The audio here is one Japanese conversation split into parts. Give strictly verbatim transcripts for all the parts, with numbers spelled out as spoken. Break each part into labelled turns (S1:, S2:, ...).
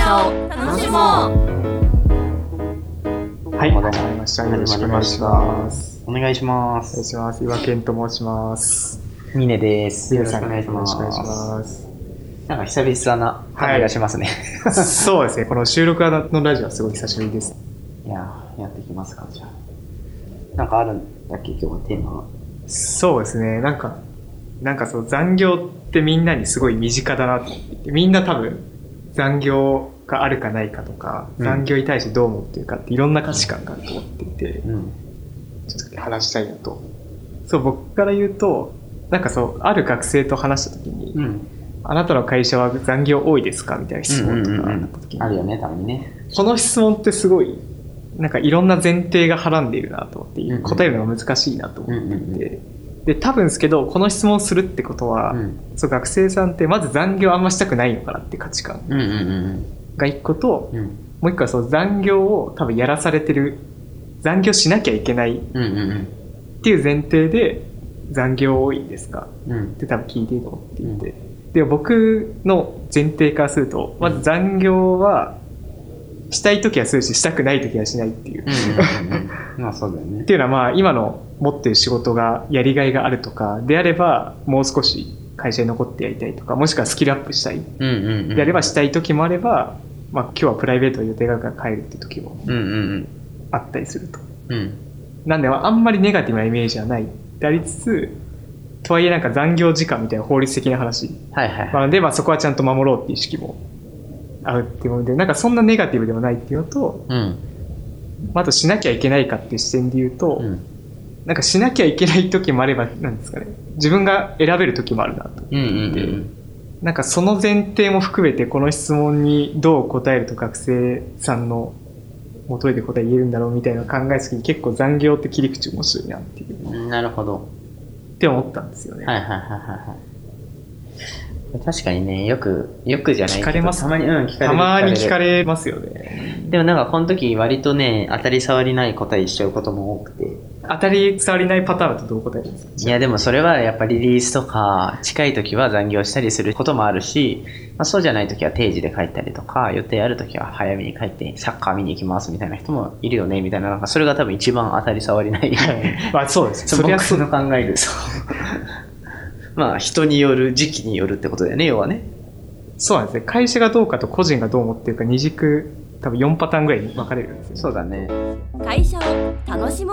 S1: 社を楽しもう。
S2: はい、始まりました。よろしくお願いします。
S3: お願いします。
S2: お願いします。岩健と申します。
S3: ミネです。
S2: よろしくお願いします。よろしくお願いします。
S3: なんか久々な感じがしますね。
S2: はい、そうですね。この収録のラジオはすごい久しぶりです。
S3: いや、やっていきますか、じゃあ。なんかあるんだっけ、今日はテーマは。
S2: そうですね。なんか、なんかそう、残業ってみんなにすごい身近だなと思っていて、みんな多分残業があるかないかとか、うん、残業に対してどう思ってるかっていろんな価値観があると思っていて、うん、ちょっと話したいなと。そう、僕から言うと、なんかそう、ある学生と話したときに、うん、あなたの会社は残業多いですかみたいな質問とかあったときに、
S3: あるよね、たまにね。
S2: この質問ってすごい、なんかいろんな前提がはらんでいるなと思って、うんうん、答えるのが難しいなと思っていて、うんうんうん、で多分ですけどこの質問するってことは、うん、そう学生さんってまず残業あんましたくないのかなって価値観が一個と、うんうんうん、もう一個はそう残業を多分やらされてる、残業しなきゃいけないっていう前提で残業多いんですか、うん、って多分聞いていいと思っていて、うん、で僕の前提からするとまず残業はしたいときはするししたくないときはしないっていう、
S3: うんうんうん、まあそうだよね。
S2: っていうのはまあ今の持ってる仕事がやりがいがあるとかであればもう少し会社に残ってやりたいとか、もしくはスキルアップしたいであればしたいときもあれば、まあ今日はプライベートの予定があるから帰るっていうときもあったりすると、うんうんうん、なんであんまりネガティブなイメージはないでありつつ、とはいえなんか残業時間みたいな法律的な話、はいはいはい、でまあそこはちゃんと守ろうっていう意識もあるっていうので、なんかそんなネガティブでもないっていうのと、うん、あとしなきゃいけないかっていう視点で言うと、うん、なんかしなきゃいけない時もあれば、なんですかね、自分が選べる時もあるなと思って、うんうんうん、なんかその前提も含めてこの質問にどう答えると学生さんの元で答え言えるんだろうみたいなのを考えすぎに結構残業って切り口面白いなっていう。
S3: なるほど。
S2: って思ったんですよね。
S3: はいはいはいはいはい。確かにね、よく、よくじゃないけど、
S2: 聞かれます。
S3: たまに、うん、聞かれる。
S2: たまに聞かれますよね。
S3: でもなんかこの時割とね、当たり障りない答えしちゃうことも多くて。
S2: 当たり障りないパターンだとどう答えるんですか？
S3: いやでもそれはやっぱリリースとか、近い時は残業したりすることもあるし、まあ、そうじゃない時は定時で帰ったりとか、予定ある時は早めに帰ってサッカー見に行きますみたいな人もいるよね、みたいな、なんかそれが多分一番当たり障りない。
S2: まあそうです。
S3: それは僕の考える。そう。まあ人による、時期によるってことだよね、要はね。
S2: そうなんですね。会社がどうかと個人がどう思ってるか二軸多分よんパターンぐらいに分かれるんですよ、ね。
S3: そうだね。
S1: 会社を楽しもう。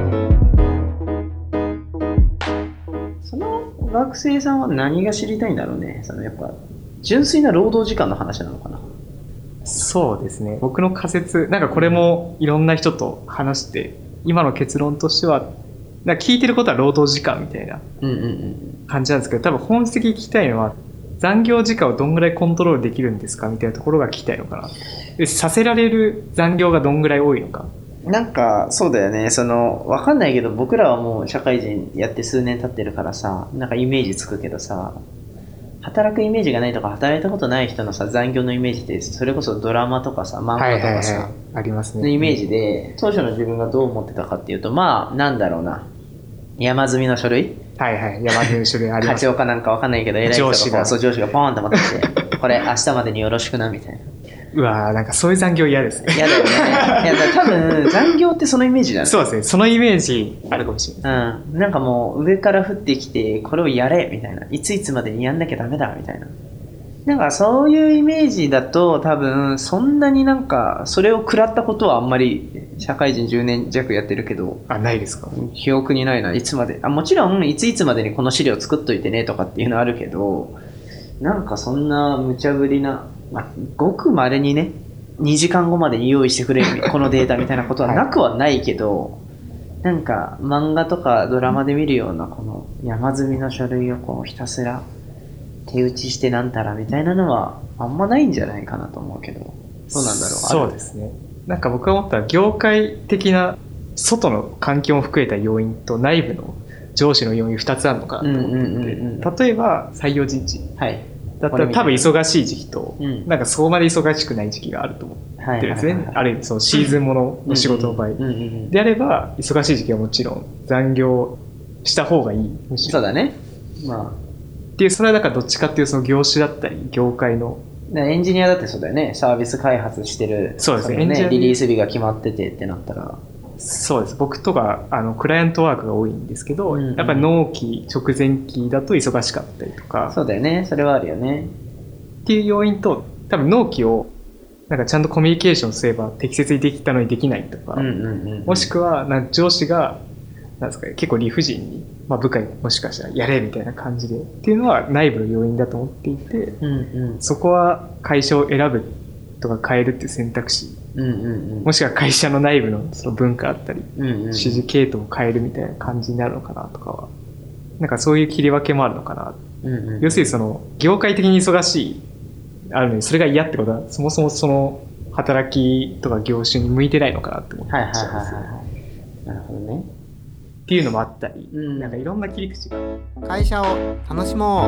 S3: その学生さんは何が知りたいんだろうね。そのやっぱ純粋な労働時間の話なのかな。
S2: そうですね。僕の仮説、なんかこれもいろんな人と話して、今の結論としてはなんか聞いてることは労働時間みたいな感じなんですけど、多分本質的に聞きたいのは残業時間をどんぐらいコントロールできるんですかみたいなところが聞きたいのかな。でさせられる残業がどんぐらい多いのか。
S3: なんかそうだよね。そのわかんないけど僕らはもう社会人やって数年経ってるからさ、なんかイメージつくけどさ、働くイメージがないとか働いたことない人のさ残業のイメージってそれこそドラマとかさ漫画とかさ、はいはいはい、
S2: ありますね、
S3: のイメージで当初の自分がどう思ってたかっていうと、まあなんだろうな、山積みの書類、
S2: はいはい、山積みの書類あります。
S3: 課長かなんかわかんないけど偉い人が上司がそう上司がポーンと持ってきてこれ明日までによろしくなみたいな。
S2: うわー、なんかそういう残業嫌ですね。
S3: 嫌だよね。いやだ多分残業ってそのイメージだね。
S2: そうですね。そのイメージあるかもしれない。
S3: うん。なんかもう上から降ってきてこれをやれみたいな。いついつまでにやんなきゃダメだみたいな。なんかそういうイメージだと多分そんなになんかそれを食らったことはあんまり社会人じゅうねん弱やってるけど。
S2: あ、ないですか？
S3: 記憶にないな。いつまで。あ、もちろんいついつまでにこの資料作っといてねとかっていうのはあるけど、なんかそんな無茶ぶりな、まあ、ごく稀にね、にじかんごまでに用意してくれこのデータみたいなことはなくはないけど、はい、なんか漫画とかドラマで見るようなこの山積みの書類をこうひたすら手打ちしてなんたらみたいなのはあんまないんじゃないかなと思うけど、どうなんだろう。
S2: そうですね。なんか僕が思ったら業界的な外の環境も含めた要因と内部の上司の要因ふたつあるのかなと思っていて、うんうんうんうん、例えば採用人事、はい、だったら多分忙しい時期と、うん、なんかそこまで忙しくない時期があると思ってるんですね、はいはいはいはい、ある意味そのシーズンものの仕事の場合、うんうんうんうん、であれば忙しい時期はもちろん残業した方がいい、むしろ
S3: そうだね、
S2: まあっていう、それはだからどっちかっていうその業種だったり業界の
S3: エンジニアだってそうだよね。サービス開発してる。
S2: そうですね。
S3: エンジニアリリース日が決まっててってなったら。
S2: そうです。僕とか、あの、クライアントワークが多いんですけど、うんうん、やっぱり納期直前期だと忙しかったりとか。
S3: そうだよね。それはあるよね。
S2: っていう要因と、多分納期を、なんかちゃんとコミュニケーションすれば適切にできたのにできないとか、うんうんうんうん、もしくは、なん上司が、なんですかね、結構理不尽に、まあ部下にもしかしたらやれみたいな感じで、っていうのは内部の要因だと思っていて、うんうん、そこは会社を選ぶとか変えるっていう選択肢、うんうんうん、もしくは会社の内部のその文化あったり、うんうんうん、指示系統を変えるみたいな感じになるのかなとかは、なんかそういう切り分けもあるのかな。うんうんうん、要するにその、業界的に忙しい、あるのにそれが嫌ってことは、そもそもその働きとか業種に向いてないのかなって思ってました。
S3: はいはいはいはい。なるほどね。
S2: っていうのもあったり、うん、なんかいろんな切り口が。
S4: 会社を楽しもう。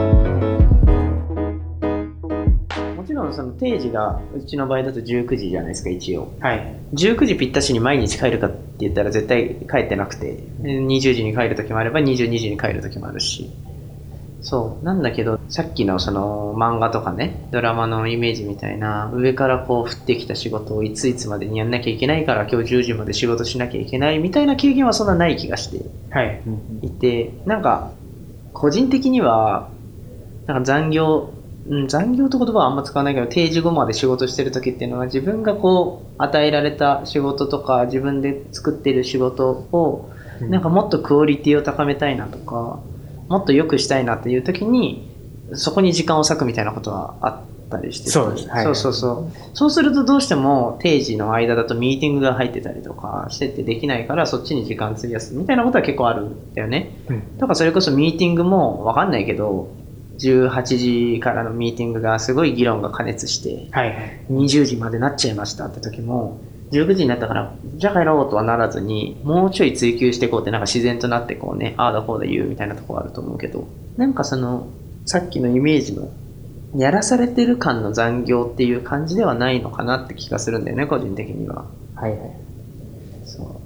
S3: もちろんその定時がうちの場合だとじゅうくじじゃないですか一応。はい。じゅうくじぴったしに毎日帰るかって言ったら絶対帰ってなくて、にじゅうじに帰る時もあればにじゅうにじに帰る時もあるし。そうなんだけど、さっきのその漫画とかね、ドラマのイメージみたいな上からこう降ってきた仕事をいついつまでにやんなきゃいけないから今日じゅうじまで仕事しなきゃいけないみたいな経験はそんなない気がしていて、はい、なんか個人的にはなんか残業、うん、残業って言葉はあんま使わないけど、定時後まで仕事してる時っていうのは自分がこう与えられた仕事とか自分で作ってる仕事をなんかもっとクオリティを高めたいなとか、もっと良くしたいなっていう時にそこに時間を割くみたいなことはあったりしてて、
S2: そうです、はい、
S3: そうそうそう。そうするとどうしても定時の間だとミーティングが入ってたりとかしててできないからそっちに時間費やすみたいなことは結構あるんだよね。うん、だからそれこそミーティングもわかんないけどじゅうはちじからのミーティングがすごい議論が過熱して、はいはい、にじゅうじまでなっちゃいましたって時もじゅうくじになったからじゃあ帰ろうとはならずにもうちょい追求していこうってなんか自然となってこうね、ああだこうだ言うみたいなところあると思うけど、なんかそのさっきのイメージのやらされてる感の残業っていう感じではないのかなって気がするんだよね、個人的には。はいはい。
S2: そう。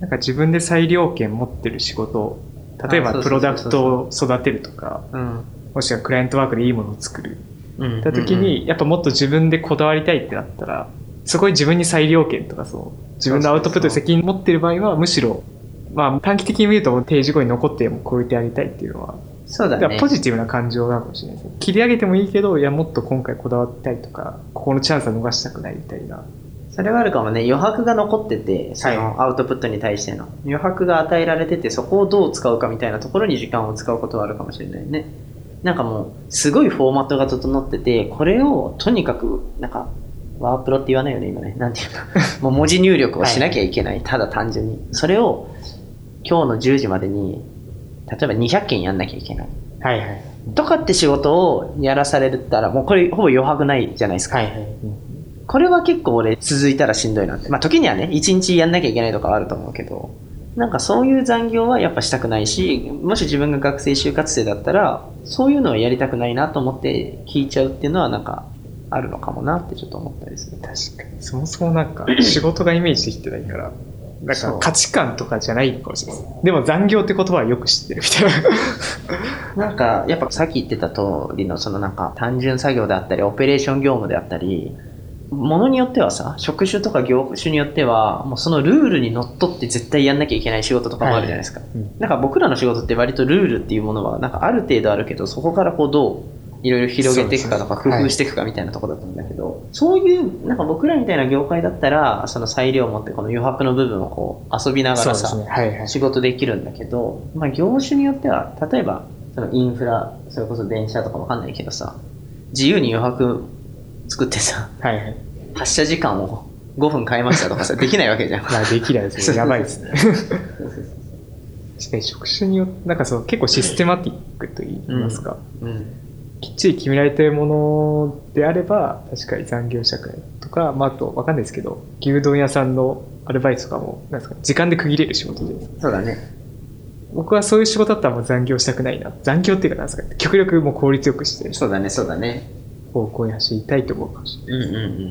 S2: なんか自分で裁量権持ってる仕事、例えばプロダクトを育てるとか、もしくはクライアントワークでいいものを作る。うん。った時に、やっぱもっと自分でこだわりたいってなったら、そこに自分に裁量権とかそう、自分のアウトプットで責任持ってる場合は、むしろ、まあ短期的に見ると定時後に残っても超えてやりたいっていうのは、
S3: そうだね。
S2: ポジティブな感情なのかもしれないですね。切り上げてもいいけど、いやもっと今回こだわりたいとか、ここのチャンスは逃したくないみたいな。
S3: それはあるかもね。余白が残ってて、そのアウトプットに対しての、はい、余白が与えられてて、そこをどう使うかみたいなところに時間を使うことはあるかもしれないね。なんかもう、すごいフォーマットが整ってて、これをとにかく、なんか、ワープロって言わないよね、今ね。なんていうの。もう文字入力をしなきゃいけない。はい、ただ単純に。それを、今日のじゅうじまでに、例えばにひゃっけんやんなきゃいけない。はいはい。とかって仕事をやらされたら、もうこれほぼ余白ないじゃないですか。はいはい。うん、これは結構俺続いたらしんどいなって。まあ時にはね、いちにちやんなきゃいけないとかはあると思うけど、なんかそういう残業はやっぱしたくないし、もし自分が学生就活生だったら、そういうのはやりたくないなと思って聞いちゃうっていうのはなんか、あるのかもなってちょっと思ったりする。
S2: 確かに。そもそもなんか仕事がイメージできてないから、なんか価値観とかじゃないのかもしれない。でも残業って言葉はよく知ってるみたい
S3: な。なんかやっぱさっき言ってた通りのそのなんか単純作業であったり、オペレーション業務であったり、ものによってはさ、職種とか業種によっては、もうそのルールにのっとって絶対やんなきゃいけない仕事とかもあるじゃないですか。はいうん、なんか僕らの仕事って割とルールっていうものはなんかある程度あるけど、そこからこうどういろいろ広げていくかとか工夫していくかみたいなところだったんだけど、そう、はい、そういうなんか僕らみたいな業界だったらその裁量を持ってこの余白の部分をこう遊びながらさ、ねはいはい、仕事できるんだけど、まあ、業種によっては例えばそのインフラそれこそ電車とかわかんないけどさ、自由に余白作ってさ、はいはい、発車時間をごふん変えましたとかさできないわけじゃん。
S2: まあできないですね。やばいですね。確かに職種によってなんかそう結構システマティックと言いますか。うんうんきっちり決められているものであれば確かに残業したくないとか、まあ、あと分かんないですけど牛丼屋さんのアルバイトとかもなんですか時間で区切れる仕事で
S3: そうだね。
S2: 僕はそういう仕事だったらもう残業したくないな残業っていうかなんですか極力もう効率よくして
S3: そうだねそうだね
S2: 方向に走りたいと思うかもしれないです、うんうんうんうん、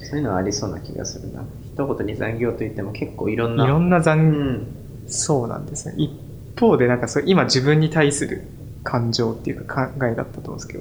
S3: そういうのはありそうな気がするな。一言に残業といっても結構いろんない
S2: ろんな残、うん、そうなんですね。一方でなんかそれ今自分に対する感情っていうか考えだったと思うんですけど、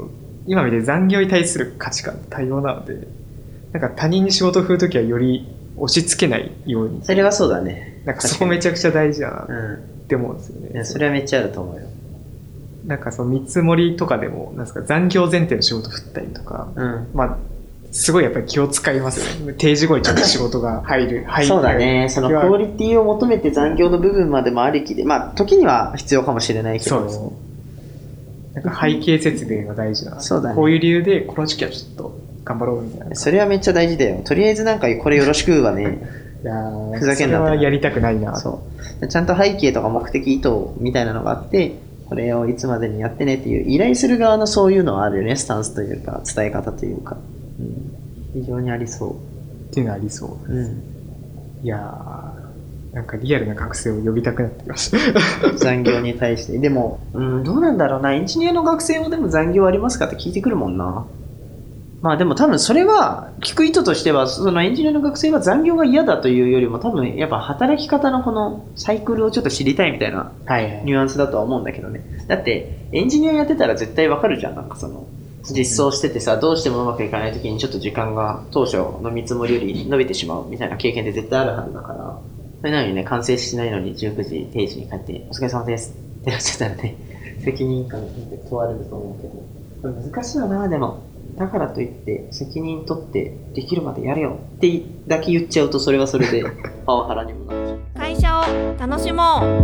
S2: 今みたいに残業に対する価値観多様なので、なんか他人に仕事を振るときはより押し付けないように。
S3: それはそうだね。
S2: なんかそこめちゃくちゃ大事だなって思うんですよね。
S3: うん、いやそれはめっちゃあると思うよ。
S2: なんかその見積もりとかでも、なんですか、残業前提の仕事振ったりとか、うん、まあ、すごいやっぱり気を使いますよね。定時後にちょっと仕事が入る。入る
S3: そうだね。そのクオリティを求めて残業の部分までもありきで、まあ、時には必要かもしれないけど。そうですね。
S2: なんか背景説明が大事な。そうだね。こういう理由で、この時期はちょっと頑張ろうみたいな。
S3: それはめっちゃ大事だよ。とりあえずなんかこれよろしくはね。
S2: いやー、ふざけんなって。それはやりたくないな。
S3: そう。ちゃんと背景とか目的意図みたいなのがあって、これをいつまでにやってねっていう依頼する側のそういうのはあるよね。スタンスというか伝え方というか、うん、非常にありそう
S2: っていうのはありそうです、うん、いやーなんかリアルな学生を呼びたくなってきました
S3: 残業に対してでも、うん、どうなんだろうな。エンジニアの学生もでも残業ありますかって聞いてくるもんな。まあでも多分それは聞く意図としてはそのエンジニアの学生は残業が嫌だというよりも多分やっぱ働き方のこのサイクルをちょっと知りたいみたいなニュアンスだとは思うんだけどね。だってエンジニアやってたら絶対わかるじゃん。なんかその実装しててさどうしてもうまくいかない時にちょっと時間が当初の見積もりより伸びてしまうみたいな経験って絶対あるはずだからそれなのにね完成しないのにじゅうくじ定時に帰ってお疲れ様ですってなっちゃったらね責任感って問われると思うけどこれ難しいよな。でもだからといって責任取ってできるまでやれよってだけ言っちゃうとそれはそれでパワハラにもなっちゃう。
S1: 会社を楽しもう。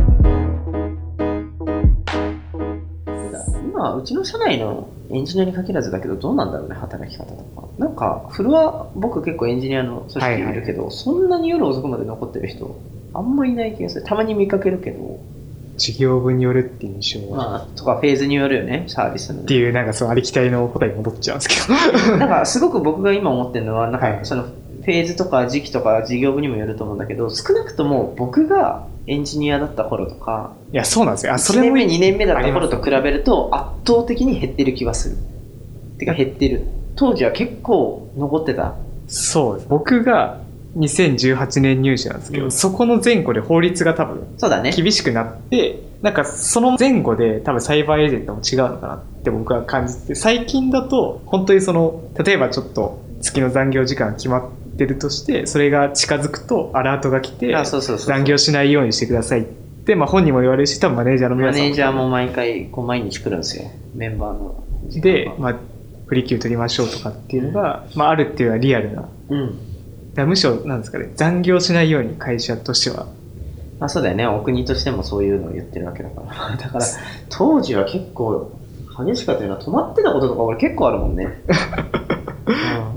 S3: 今うちの社内のエンジニアに限らずだけどどうなんだろうね働き方とか。なんかフロア僕結構エンジニアの組織いるけど、はいはい、そんなに夜遅くまで残ってる人あんまいない気がする。たまに見かけるけど
S2: 事業部によるっていう印象は、
S3: まあ、とかフェーズによるよねサービスの
S2: っていうなんかそのありきたりの答えに戻っちゃうんですけど
S3: なんかすごく僕が今思ってるのはなんかそのフェーズとか時期とか事業部にもよると思うんだけど少なくとも僕がエンジニアだった頃とか
S2: いやそうなんですよ。あ
S3: それもいちねんめにねんめだった頃と比べると圧倒的に減ってる気がする。てか減ってる。当時は結構残ってた。
S2: そうです。僕がにせんじゅうはちねん入社なんですけど、うん、そこの前後で法律が多分厳しくなって、ね、なんかその前後で多分サイバーエージェントも違うのかなって僕は感じて、最近だと本当にその例えばちょっと月の残業時間決まってるとしてそれが近づくとアラートが来て残業しないようにしてくださいってまあ本人も言われるし多分マネージャーの皆さんも
S3: マネージャーも毎回こう毎日来るんですよメンバーの時間
S2: で、まあ、振り休取りましょうとかっていうのが、うんまあ、あるっていうのはリアルな、うんむしろなんですかね残業しないように会社としては
S3: まあそうだよねお国としてもそういうのを言ってるわけだからだから当時は結構激しかったような止まってたこととか俺結構あるもんね、
S2: うん、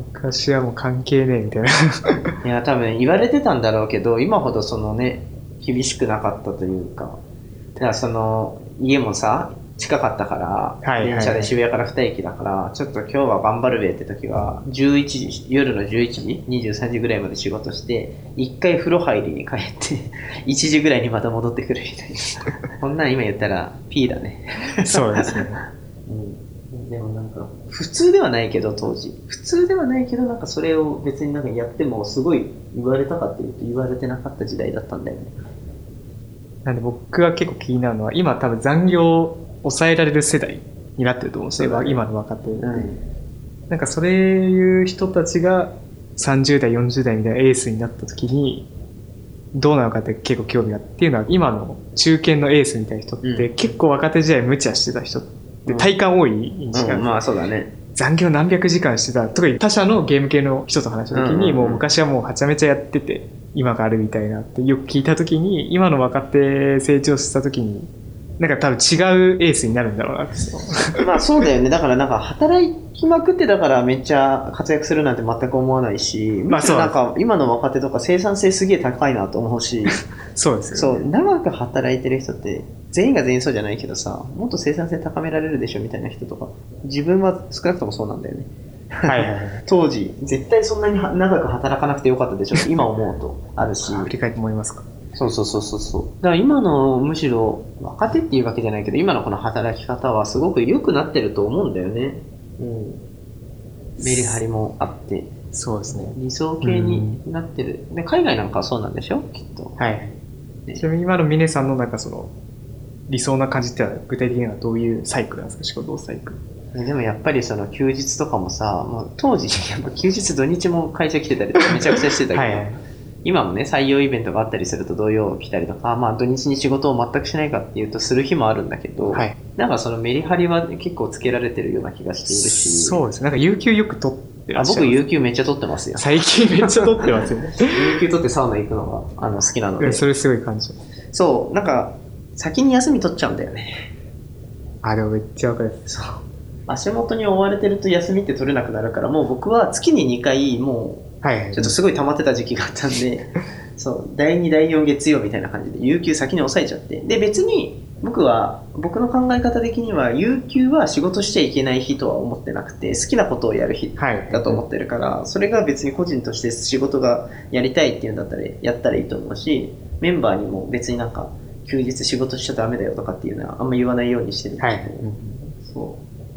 S2: 昔はもう関係ねえみたいない
S3: や多分言われてたんだろうけど今ほどそのね厳しくなかったというかだからその家もさ近かったから、はいはいはい、電車で渋谷からに駅だからちょっと今日は頑張るべって時はじゅういちじ夜のじゅういちじにじゅうさんじぐらいまで仕事して一回風呂入りに帰っていちじぐらいにまた戻ってくるみたいなこんなん今言ったら P だね
S2: そうですね、
S3: うん、でもなんか普通ではないけど当時普通ではないけどなんかそれを別になんかやってもすごい言われたかっていうと言われてなかった時代だったんだよね。
S2: なんで僕が結構気になるのは今多分残業抑えられる世代になってると思うんですよ、今の若手、うん、なんかそれいう人たちがさんじゅう代よんじゅう代みたいなエースになった時にどうなのかって結構興味があっていうのは今の中堅のエースみたいな人って、うん、結構若手時代無茶してた人って体感多い印象が、
S3: うんうん、まあそうだね
S2: 残業何百時間してた特に他社のゲーム系の人と話した時に、うんうんうん、もう昔はもうはちゃめちゃやってて今があるみたいなってよく聞いた時に今の若手成長した時になんか多分違うエースになるんだろうなって
S3: まあそうだよね。だからなんか働きまくってだからめっちゃ活躍するなんて全く思わないし、まあそうなんか今の若手とか生産性すげえ高いなと思うし、
S2: そうですよね。
S3: そう長く働いてる人って全員が全員そうじゃないけどさ、もっと生産性高められるでしょみたいな人とか、自分は少なくともそうなんだよね。はいはいはい、当時絶対そんなに長く働かなくてよかったでしょって今思うとあるし。
S2: 振り返って思いますか。
S3: そうそうそうそうそう。だから今のむしろ若手っていうわけじゃないけど今のこの働き方はすごく良くなってると思うんだよね。うん。メリハリもあって。
S2: そうですね。
S3: 理想系になってる。で海外なんかはそうなんでしょきっと。
S2: はい。ね、ちなみに今の峰さんのなんかその理想な感じっては具体的にはどういうサイクルなんですか仕事サイクル。
S3: でもやっぱりその休日とかもさ、もう当時やっぱ休日土日も会社来てたりとかめちゃくちゃしてたけど、はい、はい、今もね採用イベントがあったりすると土曜来たりとか、まあ土日に仕事を全くしないかっていうとする日もあるんだけど、はい、なんかそのメリハリは結構つけられてるような気がしているし。そうですね。なんか有給よく取ってらっしゃる。あ、僕有給めっちゃ取ってますよ。最近めっちゃ取ってますよね。有給取ってサウナ行くのがあの好きなので。それすごい感じます。そう、なんか先に休み取っちゃうんだよね。あ、でもめっちゃわかる。そう。足元に追われてると休みって取れなくなるから、もう僕は月ににかいもう、ちょっとすごい溜まってた時期があったんで、そう、だいに、だいよん月曜みたいな感じで、有給先に抑えちゃって。で、別に僕は、僕の考え方的には、有給は仕事しちゃいけない日とは思ってなくて、好きなことをやる日だと思ってるから、それが別に個人として仕事がやりたいっていうんだったら、やったらいいと思うし、メンバーにも別になんか、休日仕事しちゃダメだよとかっていうのはあんま言わないようにしてるんだけど、はい、そう。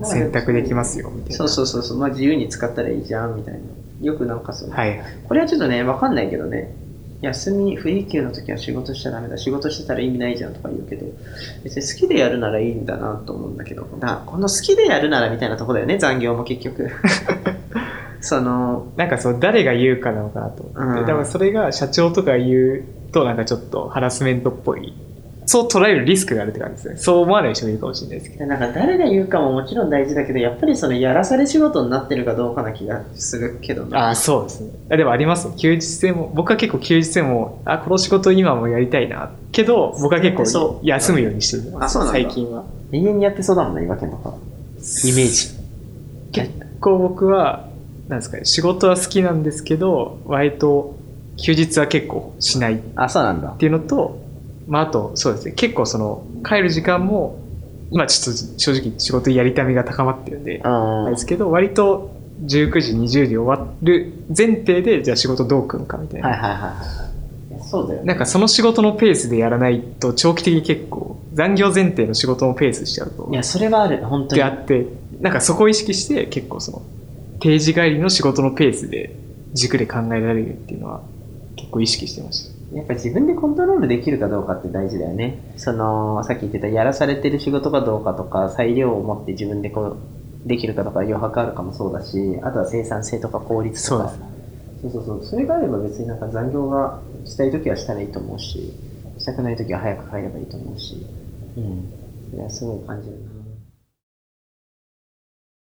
S3: 選択できますよみたいな。そうそうそうそう、まあ自由に使ったらいいじゃんみたいな。よくなんかその、はい、これはちょっとね、わかんないけどね、休み、不利休の時は仕事しちゃダメだ、仕事してたら意味ないじゃんとか言うけど、別に好きでやるならいいんだなと思うんだけど、だこの好きでやるならみたいなとこだよね、残業も結局。その、なんかそう、誰が言うかなのかなと思って、うん、だからそれが社長とか言うと、なんかちょっとハラスメントっぽい。そう捉えるリスクがあるって感じですね。そう思わない人もいるかもしれないですけど。なんか誰が言うかももちろん大事だけど、やっぱりそのやらされ仕事になってるかどうかな気がするけどね。ああ、そうですね。あでもありますよ。休日でも、僕は結構休日でも、あ、この仕事今もやりたいな。けど、僕は結構休むようにしてる。あ、そうなんだ。最近は。永遠にやってそうだもんね、岩県とか。イメージ。結構僕は、なんですかね、仕事は好きなんですけど、割と休日は結構しない。あ、そうなんだ。っていうのと、まあ、あと、そうですね。結構その、帰る時間も、今ちょっと正直仕事やりたみが高まってるんで、あれですけど、割とじゅうくじ、にじゅうじ終わる前提で、じゃあ仕事どう組むかみたいな。はいはいはいはい。そうだよね。なんかその仕事のペースでやらないと、長期的に結構、残業前提の仕事のペースしちゃうと。いや、それはある、本当に。であって、なんかそこを意識して、結構その、定時帰りの仕事のペースで、軸で考えられるっていうのは、結構意識してました。やっぱ自分でコントロールできるかどうかって大事だよね。その、さっき言ってたやらされてる仕事かどうかとか、裁量を持って自分でこう、できるかとか余白あるかもそうだし、あとは生産性とか効率とか。そうそうそう。それがあれば別になんか残業がしたいときはしたらいいと思うし、したくないときは早く帰ればいいと思うし。うん。それはすごい感じるな。